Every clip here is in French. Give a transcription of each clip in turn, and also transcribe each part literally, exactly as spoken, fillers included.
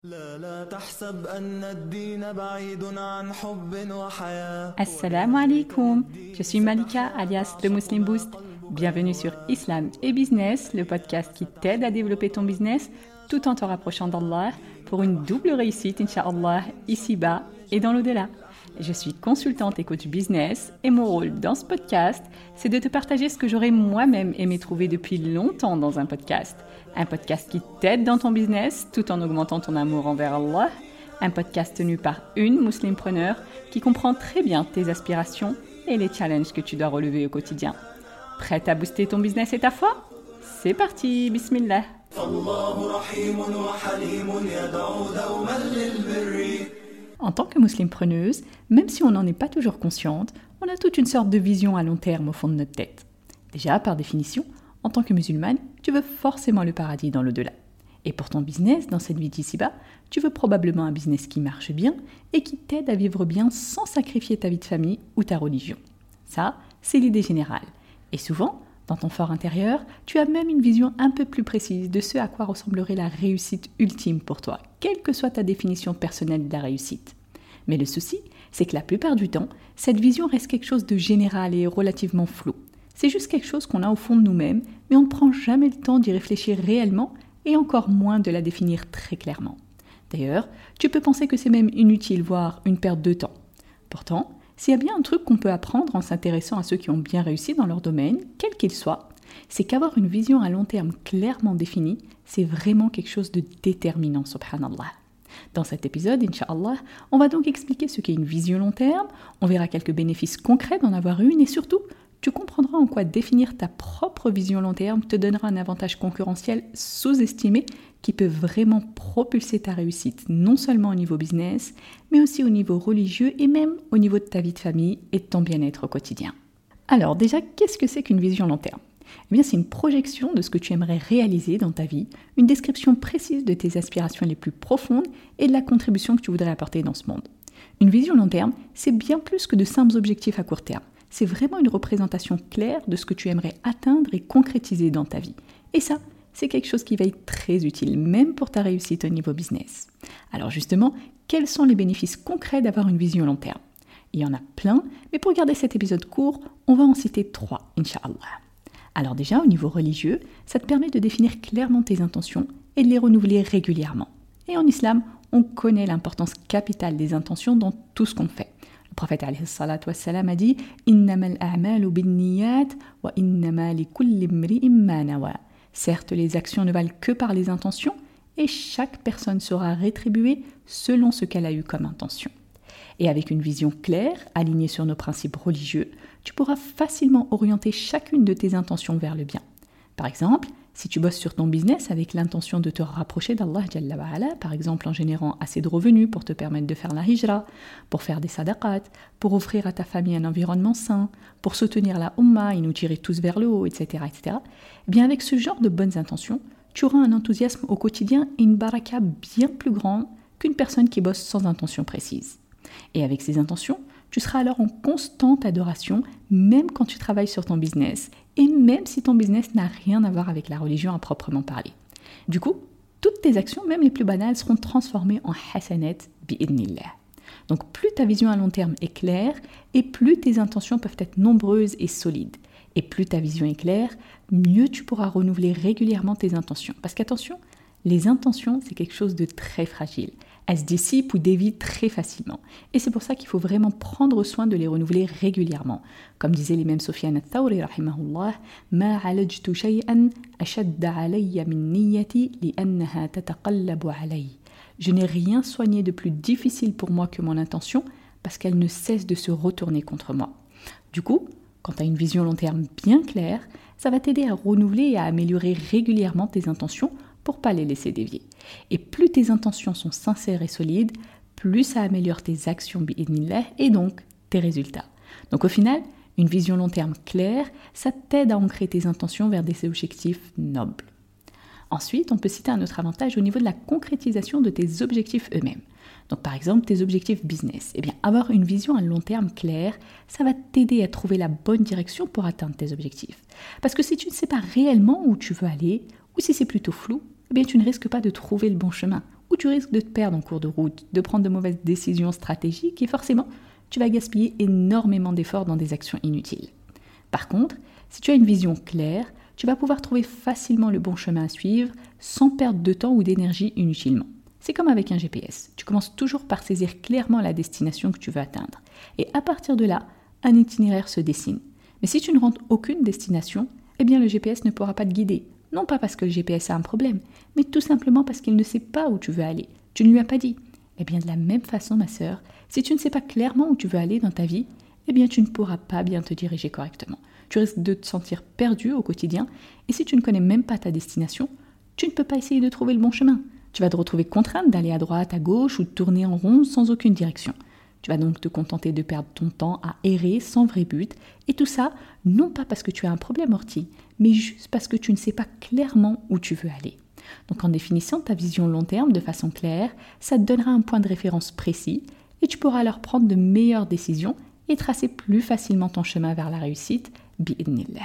Assalamu alaikum, je suis Malika alias The Muslim Boost. Bienvenue sur Islam et Business, le podcast qui t'aide à développer ton business tout en te rapprochant d'Allah pour une double réussite, Inch'Allah, ici-bas et dans l'au-delà. Je suis consultante et coach business et mon rôle dans ce podcast, c'est de te partager ce que j'aurais moi-même aimé trouver depuis longtemps dans un podcast. Un podcast qui t'aide dans ton business tout en augmentant ton amour envers Allah. Un podcast tenu par une muslimpreneur qui comprend très bien tes aspirations et les challenges que tu dois relever au quotidien. Prête à booster ton business et ta foi ? C'est parti, bismillah. En tant que muslimpreneuse, même si on n'en est pas toujours consciente, on a toute une sorte de vision à long terme au fond de notre tête. Déjà, par définition, en tant que musulmane, tu veux forcément le paradis dans l'au-delà. Et pour ton business, dans cette vie d'ici-bas, tu veux probablement un business qui marche bien et qui t'aide à vivre bien sans sacrifier ta vie de famille ou ta religion. Ça, c'est l'idée générale. Et souvent, dans ton fort intérieur, tu as même une vision un peu plus précise de ce à quoi ressemblerait la réussite ultime pour toi, quelle que soit ta définition personnelle de la réussite. Mais le souci, c'est que la plupart du temps, cette vision reste quelque chose de général et relativement flou. C'est juste quelque chose qu'on a au fond de nous-mêmes, mais on ne prend jamais le temps d'y réfléchir réellement et encore moins de la définir très clairement. D'ailleurs, tu peux penser que c'est même inutile, voire une perte de temps. Pourtant, s'il y a bien un truc qu'on peut apprendre en s'intéressant à ceux qui ont bien réussi dans leur domaine, quel qu'il soit, c'est qu'avoir une vision à long terme clairement définie, c'est vraiment quelque chose de déterminant, subhanallah. Dans cet épisode, Inch'Allah, on va donc expliquer ce qu'est une vision long terme, on verra quelques bénéfices concrets d'en avoir une et surtout, tu comprendras en quoi définir ta propre vision long terme te donnera un avantage concurrentiel sous-estimé qui peut vraiment propulser ta réussite non seulement au niveau business, mais aussi au niveau religieux et même au niveau de ta vie de famille et de ton bien-être au quotidien. Alors déjà, qu'est-ce que c'est qu'une vision long terme ? Eh bien, c'est une projection de ce que tu aimerais réaliser dans ta vie, une description précise de tes aspirations les plus profondes et de la contribution que tu voudrais apporter dans ce monde. Une vision long terme, c'est bien plus que de simples objectifs à court terme. C'est vraiment une représentation claire de ce que tu aimerais atteindre et concrétiser dans ta vie. Et ça, c'est quelque chose qui va être très utile, même pour ta réussite au niveau business. Alors justement, quels sont les bénéfices concrets d'avoir une vision long terme ? Il y en a plein, mais pour garder cet épisode court, on va en citer trois, Inch'Allah. Alors déjà, au niveau religieux, ça te permet de définir clairement tes intentions et de les renouveler régulièrement. Et en islam, on connaît l'importance capitale des intentions dans tout ce qu'on fait. Le prophète alayhi salatu wassalam a dit « Innamal a'malu binniyat wa innama likulli imri'in ma nawa » Certes, les actions ne valent que par les intentions et chaque personne sera rétribuée selon ce qu'elle a eu comme intention. Et avec une vision claire, alignée sur nos principes religieux, tu pourras facilement orienter chacune de tes intentions vers le bien. Par exemple, si tu bosses sur ton business avec l'intention de te rapprocher d'Allah Jalla wa Ala, par exemple en générant assez de revenus pour te permettre de faire la hijra, pour faire des sadaqat, pour offrir à ta famille un environnement sain, pour soutenir la Ummah et nous tirer tous vers le haut, et cetera, et cetera, eh bien avec ce genre de bonnes intentions, tu auras un enthousiasme au quotidien et une baraka bien plus grande qu'une personne qui bosse sans intention précise. Et avec ces intentions, tu seras alors en constante adoration, même quand tu travailles sur ton business, et même si ton business n'a rien à voir avec la religion à proprement parler. Du coup, toutes tes actions, même les plus banales, seront transformées en hasanat bi'idnillah. Donc plus ta vision à long terme est claire, et plus tes intentions peuvent être nombreuses et solides. Et plus ta vision est claire, mieux tu pourras renouveler régulièrement tes intentions. Parce qu'attention, les intentions, c'est quelque chose de très fragile. Elles se dissipent ou dévient très facilement. Et c'est pour ça qu'il faut vraiment prendre soin de les renouveler régulièrement. Comme disait l'imam Sufyan al-Thawri, rahimahullah, « Ma alajtu shay'an ashadda alayya min niyyati li'annaha tataqallabu alayhi » Je n'ai rien soigné de plus difficile pour moi que mon intention parce qu'elle ne cesse de se retourner contre moi. Du coup, quand tu as une vision long terme bien claire, ça va t'aider à renouveler et à améliorer régulièrement tes intentions pour ne pas les laisser dévier. Et plus tes intentions sont sincères et solides, plus ça améliore tes actions bi'idnillah et donc tes résultats. Donc au final, une vision long terme claire, ça t'aide à ancrer tes intentions vers des objectifs nobles. Ensuite, on peut citer un autre avantage au niveau de la concrétisation de tes objectifs eux-mêmes. Donc par exemple, tes objectifs business. Eh bien, avoir une vision à long terme claire, ça va t'aider à trouver la bonne direction pour atteindre tes objectifs. Parce que si tu ne sais pas réellement où tu veux aller, ou si c'est plutôt flou, eh bien tu ne risques pas de trouver le bon chemin, où tu risques de te perdre en cours de route, de prendre de mauvaises décisions stratégiques et forcément, tu vas gaspiller énormément d'efforts dans des actions inutiles. Par contre, si tu as une vision claire, tu vas pouvoir trouver facilement le bon chemin à suivre sans perdre de temps ou d'énergie inutilement. C'est comme avec un G P S. Tu commences toujours par saisir clairement la destination que tu veux atteindre. Et à partir de là, un itinéraire se dessine. Mais si tu ne rentres aucune destination, eh bien le G P S ne pourra pas te guider. Non pas parce que le G P S a un problème, mais tout simplement parce qu'il ne sait pas où tu veux aller. Tu ne lui as pas dit. Eh bien de la même façon, ma sœur, si tu ne sais pas clairement où tu veux aller dans ta vie, eh bien tu ne pourras pas bien te diriger correctement. Tu risques de te sentir perdu au quotidien, et si tu ne connais même pas ta destination, tu ne peux pas essayer de trouver le bon chemin. Tu vas te retrouver contrainte d'aller à droite, à gauche ou de tourner en rond sans aucune direction. Tu vas donc te contenter de perdre ton temps à errer sans vrai but, et tout ça, non pas parce que tu as un problème ortie, mais juste parce que tu ne sais pas clairement où tu veux aller. Donc en définissant ta vision long terme de façon claire, ça te donnera un point de référence précis, et tu pourras alors prendre de meilleures décisions et tracer plus facilement ton chemin vers la réussite, bi'idnillah.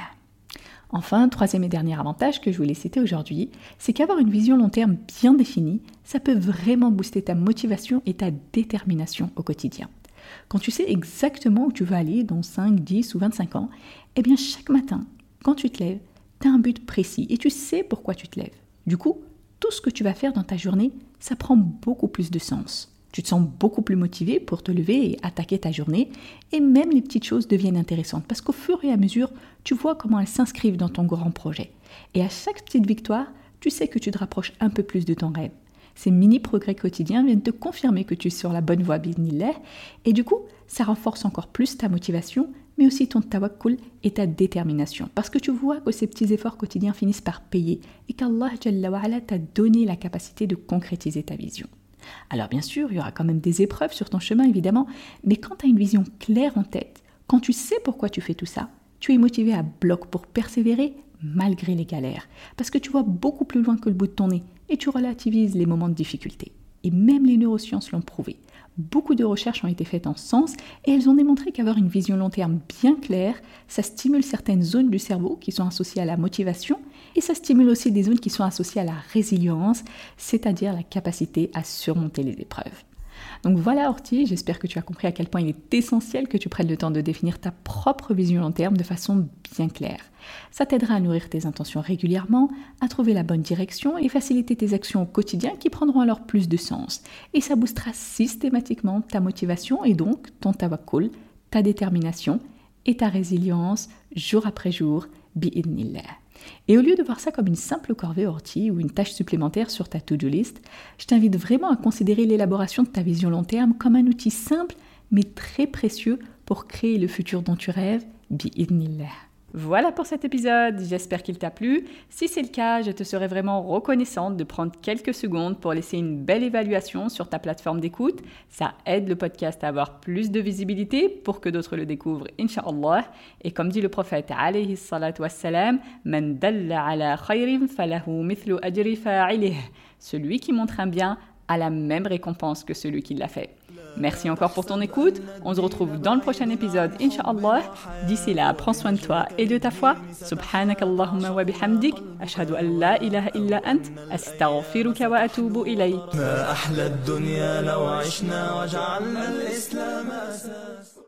Enfin, troisième et dernier avantage que je voulais citer aujourd'hui, c'est qu'avoir une vision long terme bien définie, ça peut vraiment booster ta motivation et ta détermination au quotidien. Quand tu sais exactement où tu veux aller dans cinq, dix ou vingt-cinq ans, eh bien chaque matin, quand tu te lèves, tu as un but précis et tu sais pourquoi tu te lèves. Du coup, tout ce que tu vas faire dans ta journée, ça prend beaucoup plus de sens. Tu te sens beaucoup plus motivé pour te lever et attaquer ta journée, et même les petites choses deviennent intéressantes parce qu'au fur et à mesure, tu vois comment elles s'inscrivent dans ton grand projet. Et à chaque petite victoire, tu sais que tu te rapproches un peu plus de ton rêve. Ces mini-progrès quotidiens viennent te confirmer que tu es sur la bonne voie, bi'idnillah, et du coup, ça renforce encore plus ta motivation, mais aussi ton tawakkul et ta détermination, parce que tu vois que ces petits efforts quotidiens finissent par payer et qu'Allah Jalla wa Ala t'a donné la capacité de concrétiser ta vision. Alors bien sûr, il y aura quand même des épreuves sur ton chemin, évidemment, mais quand tu as une vision claire en tête, quand tu sais pourquoi tu fais tout ça, tu es motivé à bloc pour persévérer malgré les galères, parce que tu vois beaucoup plus loin que le bout de ton nez et tu relativises les moments de difficulté. Et même les neurosciences l'ont prouvé. Beaucoup de recherches ont été faites en ce sens et elles ont démontré qu'avoir une vision long terme bien claire, ça stimule certaines zones du cerveau qui sont associées à la motivation et ça stimule aussi des zones qui sont associées à la résilience, c'est-à-dire la capacité à surmonter les épreuves. Donc voilà Orti, j'espère que tu as compris à quel point il est essentiel que tu prennes le temps de définir ta propre vision long terme de façon bien claire. Ça t'aidera à nourrir tes intentions régulièrement, à trouver la bonne direction et faciliter tes actions au quotidien qui prendront alors plus de sens. Et ça boostera systématiquement ta motivation et donc ton tawakkul, ta détermination et ta résilience jour après jour, bi'idnillah. Et au lieu de voir ça comme une simple corvée ortie ou une tâche supplémentaire sur ta to-do list, je t'invite vraiment à considérer l'élaboration de ta vision long terme comme un outil simple mais très précieux pour créer le futur dont tu rêves, bi'idnillah. Voilà pour cet épisode, j'espère qu'il t'a plu. Si c'est le cas, je te serais vraiment reconnaissante de prendre quelques secondes pour laisser une belle évaluation sur ta plateforme d'écoute. Ça aide le podcast à avoir plus de visibilité pour que d'autres le découvrent, Inch'Allah. Et comme dit le prophète, alayhi salatu wassalam, Man dalla ala khayrin falahu mithlu ajri fa'ilih. Celui qui montre un bien a la même récompense que celui qui l'a fait. Merci encore pour ton écoute. On se retrouve dans le prochain épisode, Inch'Allah. D'ici là, prends soin de toi et de ta foi. Subhanakallahumma wa bihamdik. Ashhadu an la ilaha illa ant. Astaghfiruka wa atubu ilayk. ما أحلى الدنيا لو عشنا وجعلنا الإسلام أساس